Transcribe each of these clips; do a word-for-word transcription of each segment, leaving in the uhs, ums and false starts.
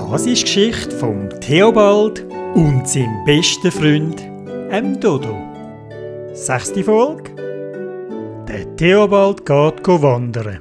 Das ist die Geschichte von Theobald und seinem besten Freund, dem Dodo. Sechste Folge. Der Theobald geht go wandern.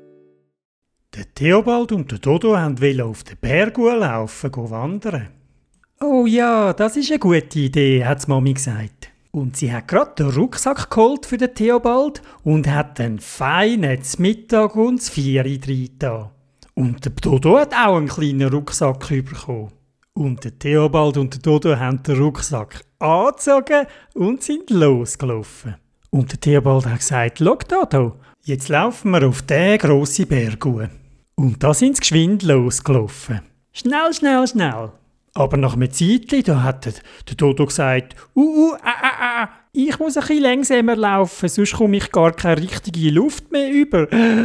Der Theobald und der Dodo wollten auf den Berg laufen, go wandern. «Oh ja, das ist eine gute Idee», hat die Mami gesagt. Und sie hat gerade den Rucksack geholt für den Theobald und hat einen feinen zum Mittag und das Vieri reingetan. Und der Dodo hat auch einen kleinen Rucksack bekommen. Und der Theobald und der Dodo haben den Rucksack angezogen und sind losgelaufen. Und der Theobald hat gesagt: «Schau, Dodo, jetzt laufen wir auf diesen grossen Berg hoch.» Und da sind sie geschwind losgelaufen. Schnell, schnell, schnell. Aber nach einem Zeitchen, da hat der, der Dodo gesagt: «Uh, uh, ah, ah, ah, ich muss ein bisschen langsamer laufen, sonst komme ich gar keine richtige Luft mehr über.»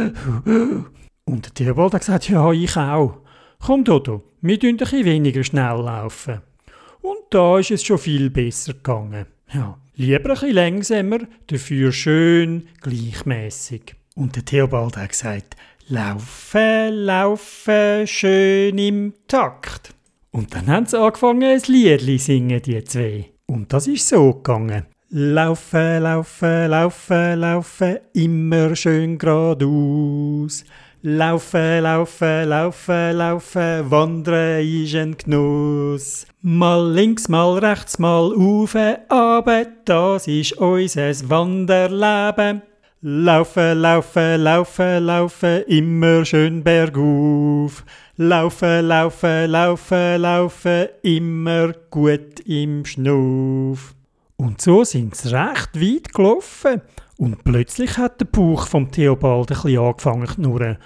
Und der Theobald hat gesagt: «Ja, ich auch. Komm, Dodo, wir tun ein bisschen weniger schnell laufen.» Und da ist es schon viel besser gegangen. Ja, lieber ein bisschen langsamer, dafür schön gleichmäßig. Und der Theobald hat gesagt: «Laufen, laufen, schön im Takt.» Und dann haben sie angefangen, ein Liedli singen, die zwei. Und das ist so gegangen. Laufen, laufen, laufen, laufen, immer schön geradeaus. Laufen, laufen, laufen, laufen, wandern ist ein Genuss. Mal links, mal rechts, mal auf, aber das ist unser Wanderleben. Laufen, laufen, laufen, laufen, immer schön bergauf. Laufen, laufen, laufen, laufen, immer gut im Schnuff. Und so sind sie recht weit gelaufen. Und plötzlich hat der Bauch vom Theobald ein bisschen angefangen zu knurren.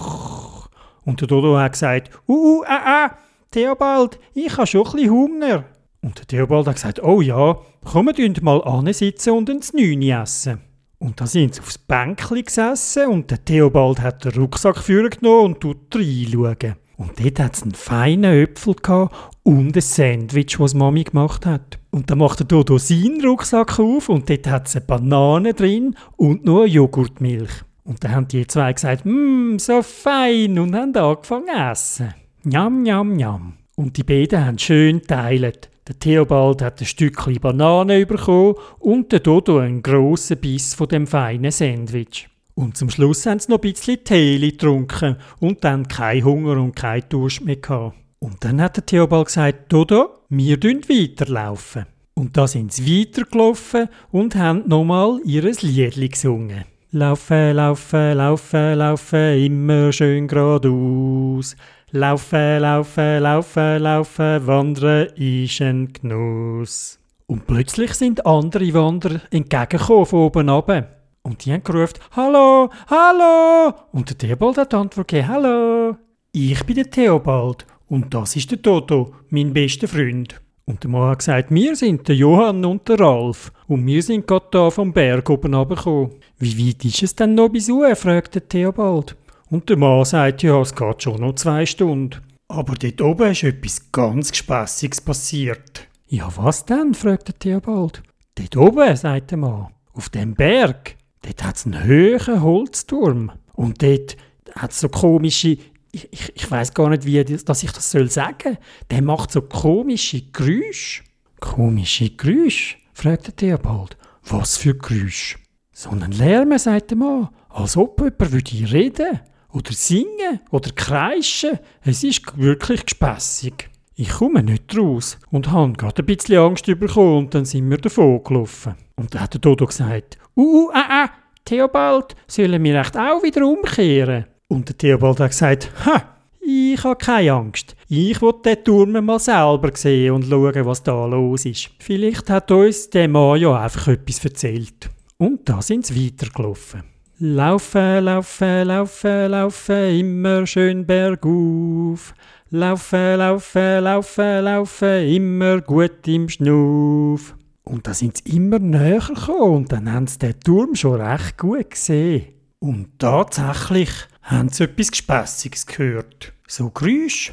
Und der Dodo hat gesagt: «Uh, uh, ah, ah, Theobald, ich habe schon ein bisschen Hunger.» Und der Theobald hat gesagt: «Oh ja, komm, wir mal ansitzen und ein Znüni essen.» Und da sind sie aufs Bänkli gesessen und der Theobald hat den Rucksack vorgenommen und tut reinschauen. Und dort hat es einen feinen Äpfel und ein Sandwich, das Mami gemacht hat. Und dann macht der Dodo seinen Rucksack auf und dort hat es eine Banane drin und noch eine Joghurtmilch. Und dann haben die zwei gesagt: «Mmm, so fein», und haben angefangen zu essen. Njam, njam, njam. Und die beiden haben schön geteilt. Der Theobald hat ein Stückchen Banane bekommen und der Dodo einen grossen Biss von dem feinen Sandwich. Und zum Schluss haben sie noch ein bisschen Tee getrunken und dann kein Hunger und kein Durst mehr gehabt. Und dann hat der Theobald gesagt: «Dodo, wir weiterlaufen.» Und da sind sie weitergelaufen und haben nochmal ihr Liedli gesungen. Laufen, laufen, laufen, laufen, immer schön geradeaus. Laufen, laufen, laufen, laufen, wandern ist ein Genuss. Und plötzlich sind andere Wanderer entgegengekommen von oben runter. Und die haben gerufen: «Hallo, hallo!» Und der Theobald hat die Antwort gegeben: «Hallo, ich bin der Theobald und das ist der Dodo, mein bester Freund.» Und der Mann hat gesagt: «Wir sind der Johann und der Ralf und wir sind gerade da vom Berg oben runtergekommen.» «Wie weit ist es denn noch bis hoch?» fragt der Theobald. Und der Mann sagt: «Ja, es geht schon noch zwei Stunden.» «Aber dort oben ist etwas ganz Gespässiges passiert.» «Ja, was denn?» fragt der Theobald. «Dort oben», sagt der Mann, «auf dem Berg, dort hat es einen hohen Holzturm. Und dort hat es so komische, ich, ich, ich weiss gar nicht, wie dass ich das soll sagen. Der macht so komische Geräusche.» «Komische Geräusche?» fragt der Theobald. «Was für Geräusche?» «So einen Lärm», sagt der Mann, «als ob jemand würde reden oder singen oder kreischen. Es ist wirklich gespässig.» Ich komme nicht raus und habe gerade ein bisschen Angst bekommen und dann sind wir davon gelaufen. Und dann hat der Dodo gesagt: «Uh, uh, ah, ah, Theobald, sollen wir echt auch wieder umkehren?» Und der Theobald hat gesagt: «Ha, ich habe keine Angst. Ich will den Turm mal selber sehen und schauen, was da los ist. Vielleicht hat uns der Mann ja einfach etwas erzählt.» Und da sind sie weitergelaufen. Laufen, laufen, laufen, laufen, immer schön bergauf. Laufen, laufen, laufen, laufen, immer gut im Schnuff. Und da sind sie immer näher gekommen und dann haben sie den Turm schon recht gut gesehen. Und tatsächlich haben sie etwas Gespässiges gehört. So Geräusch.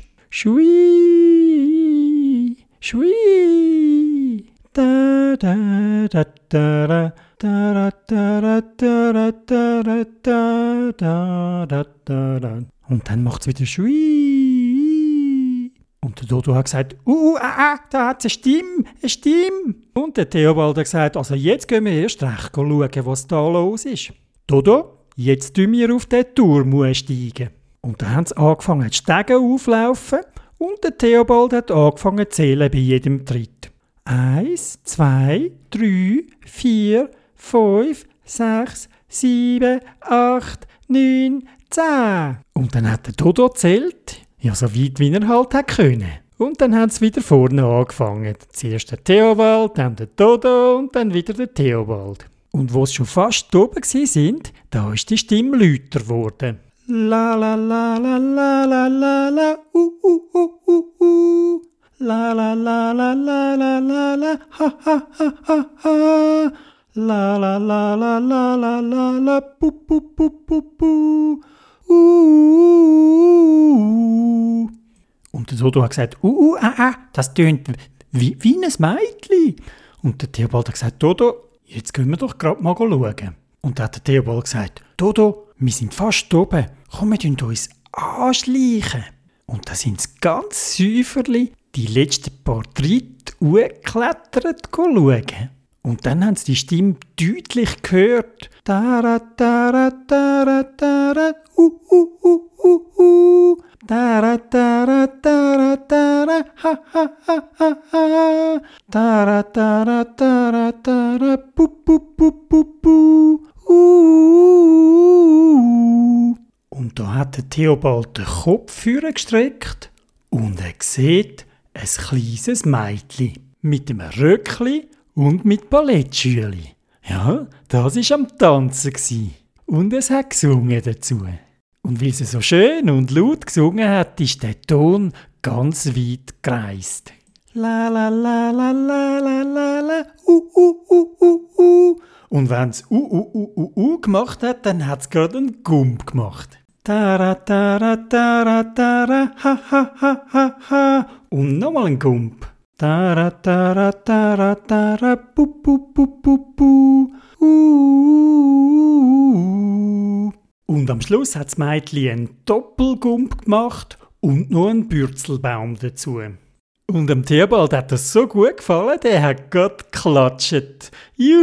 Schui, schui, da, da, da, da, da. Da, da, da, da, da, da, da, da, da, da, da. Und dann macht es wieder Schui. Und der Dodo hat gesagt, uh, ah, ah, da hat es eine Stimme, eine Stimme. Und der Theobald hat gesagt, also jetzt gehen wir erst recht schauen, was da los ist. Dodo, jetzt tun wir auf den Turm steigen. Und dann haben sie angefangen, die Stege aufzulaufen. Und der Theobald hat angefangen zu zählen bei jedem Tritt. Eins, zwei, drei, vier, fünf, sechs, sieben, acht, neun, zehn. Und dann hat der Dodo gezählt. Ja, so weit, wie er halt hat können. Und dann haben sie wieder vorne angefangen. Zuerst der Theobald, dann der Dodo und dann wieder der Theobald. Und wo sie schon fast oben waren, da ist die Stimme lauter geworden. La la la la la la la la uh uh uh uh uh la la la la la la la la ha ha ha ha ha la la la la la la la la pu pu pu pu pu uh. Und der Dodo hat gesagt, uh, uh, ah, ah, das tönt wie, wie ein Mädchen. Und der Theobald hat gesagt, Dodo, jetzt gehen wir doch gerade mal schauen. Und dann hat der Theobald gesagt, Dodo, wir sind fast oben, komm, wir tun uns anschleichen. Und da sind sie ganz säuferli die letzten paar Tritte hochgeklettert schauen. Und dann haben sie die Stimme deutlich gehört. Tara, tara, tara, tara, uh, uh, uh, uh, uh. Tara, tara, tara, tara, ha, ha, ha, ha, ha. Tara, tara, tara, tara, pu, pu, pu, pu, pu. Uh. Und da hat der Theobald den Kopf vorgestreckt und er sieht ein kleines Mädchen mit einem Röckli und mit Ballettschüli. Ja, das war am Tanzen. Und es hat gesungen dazu. Und weil sie so schön und laut gesungen hat, ist der Ton ganz weit gereist. La la la la la la la la uh uh uh uh uh. Und wenn es uh uh uh uh uh gemacht hat, dann hat es gerade einen Gump gemacht. Tara tara tara tara ha ha ha ha ha. Und nochmal ein Gump. Tara tara tara tara pu pu pu pu pu. Uh. Und am Schluss hat das Mädchen einen Doppelgump gemacht und noch einen Bürzelbaum dazu. Und dem Theobald hat das so gut gefallen, der hat gerade geklatscht.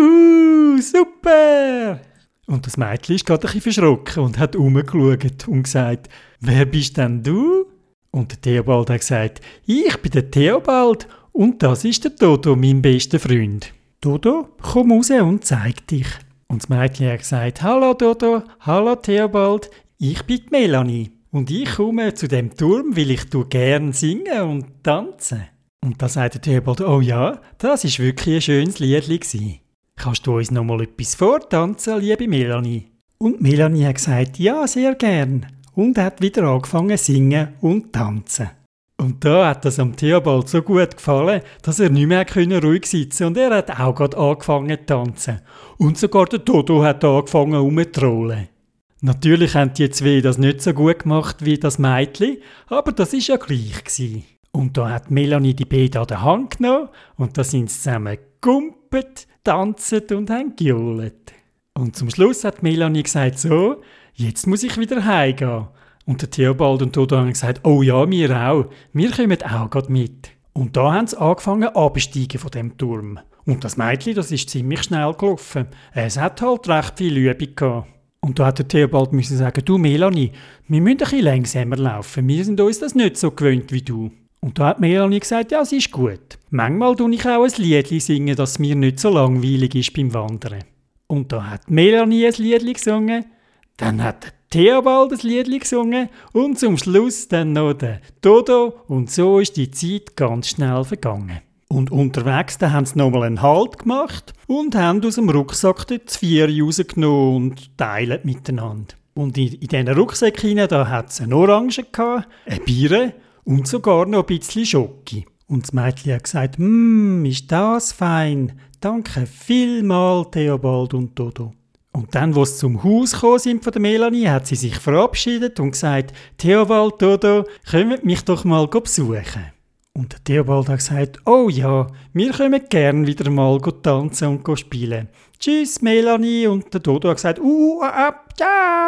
Juhu, super! Und das Mädchen ist gerade ein bisschen verschrocken und hat rumgeschaut und gesagt, wer bist denn du? Und der Theobald hat gesagt, ich bin der Theobald und das ist der Dodo, mein bester Freund. Dodo, komm raus und zeig dich. Und das Mädchen hat gesagt, hallo Dodo, hallo Theobald, ich bin die Melanie. Und ich komme zu dem Turm, weil ich gerne singen und tanzen. Und da sagt der Theobald, oh ja, das war wirklich ein schönes Liedli. Kannst du uns noch mal etwas vortanzen, liebe Melanie? Und Melanie hat gesagt, ja, sehr gern. Und hat wieder angefangen zu singen und tanzen. Und da hat das am Theobald so gut gefallen, dass er nicht mehr ruhig sitzen konnte. Und er hat auch gerade angefangen zu tanzen. Und sogar der Dodo hat angefangen rumzutrollen. Natürlich haben die zwei das nicht so gut gemacht wie das Mädchen, aber das war ja gleich gewesen. Und da hat Melanie die beiden an der Hand genommen und da sind sie zusammen gegumpet, tanzt und haben gejohlt. Und zum Schluss hat Melanie gesagt, so, jetzt muss ich wieder heimgehen. Und der Theobald und Dodo haben gesagt, oh ja, wir auch, wir kommen auch gerade mit. Und da haben sie angefangen abzusteigen von dem Turm. Und das Mädchen, das ist ziemlich schnell gelaufen. Es hat halt recht viel Übung gehabt. Und da hat der Theobald müssen sagen, du Melanie, wir müssen ein bisschen langsamer laufen, wir sind uns das nicht so gewöhnt wie du. Und da hat Melanie gesagt, ja, es ist gut. Manchmal tue ich auch ein Liedli singen, dass es mir nicht so langweilig ist beim Wandern. Und da hat Melanie ein Liedli gesungen, dann hat der Theobald ein Liedli gesungen und zum Schluss dann noch der Dodo und so ist die Zeit ganz schnell vergangen. Und unterwegs da haben sie nochmal einen Halt gemacht und haben aus dem Rucksack die Zvieri rausgenommen und teilen miteinander. Und in, in diesen Rucksäcken da hat es eine Orange, gehabt, eine Biere und sogar noch ein bisschen Schoki. Und das Mädchen hat gesagt, «Mmm, ist das fein. Danke vielmals, Theobald und Dodo.» Und dann, als sie zum Haus gekommen sind von der Melanie, hat sie sich verabschiedet und gesagt, «Theobald, Dodo, kommt mich doch mal besuchen.» Und der Theobald hat gesagt, «Oh ja, wir kommen gerne wieder mal tanzen und spielen. Tschüss, Melanie.» Und der Dodo hat gesagt, «Uh, uh, uh, ciao.»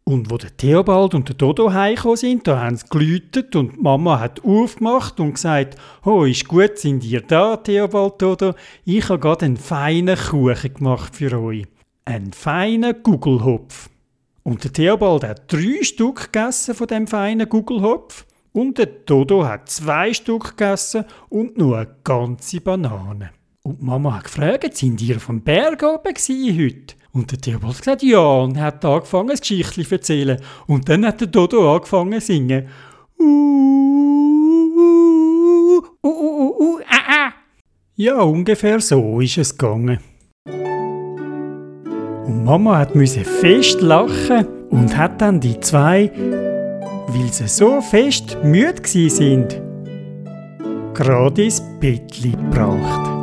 Und wo der Theobald und der Dodo heimgekommen sind, da haben sie geläutet und die Mama hat aufgemacht und gesagt, «Oh, ist gut, sind ihr da, Theobald, Dodo? Ich habe gerade einen feinen Kuchen gemacht für euch. Einen feinen Gugelhopf.» Und der Theobald hat drei Stück gegessen von dem feinen Gugelhopf und der Dodo hat zwei Stück gegessen und nur eine ganze Banane. Und die Mama hat gefragt, «Sind ihr vom Berg oben gewesen heute?» Und der Theobald hat gesagt, ja, und hat angefangen, ein Geschichtchen zu erzählen. Und dann hat der Dodo angefangen zu singen. Uh, uh, uh, uh, uh, ah, ah. Ja, ungefähr so ist es gegangen. Und Mama hat müsse fest lachen und hat dann die zwei, weil sie so fest müde gsi sind, gerade ins Bettli gebracht.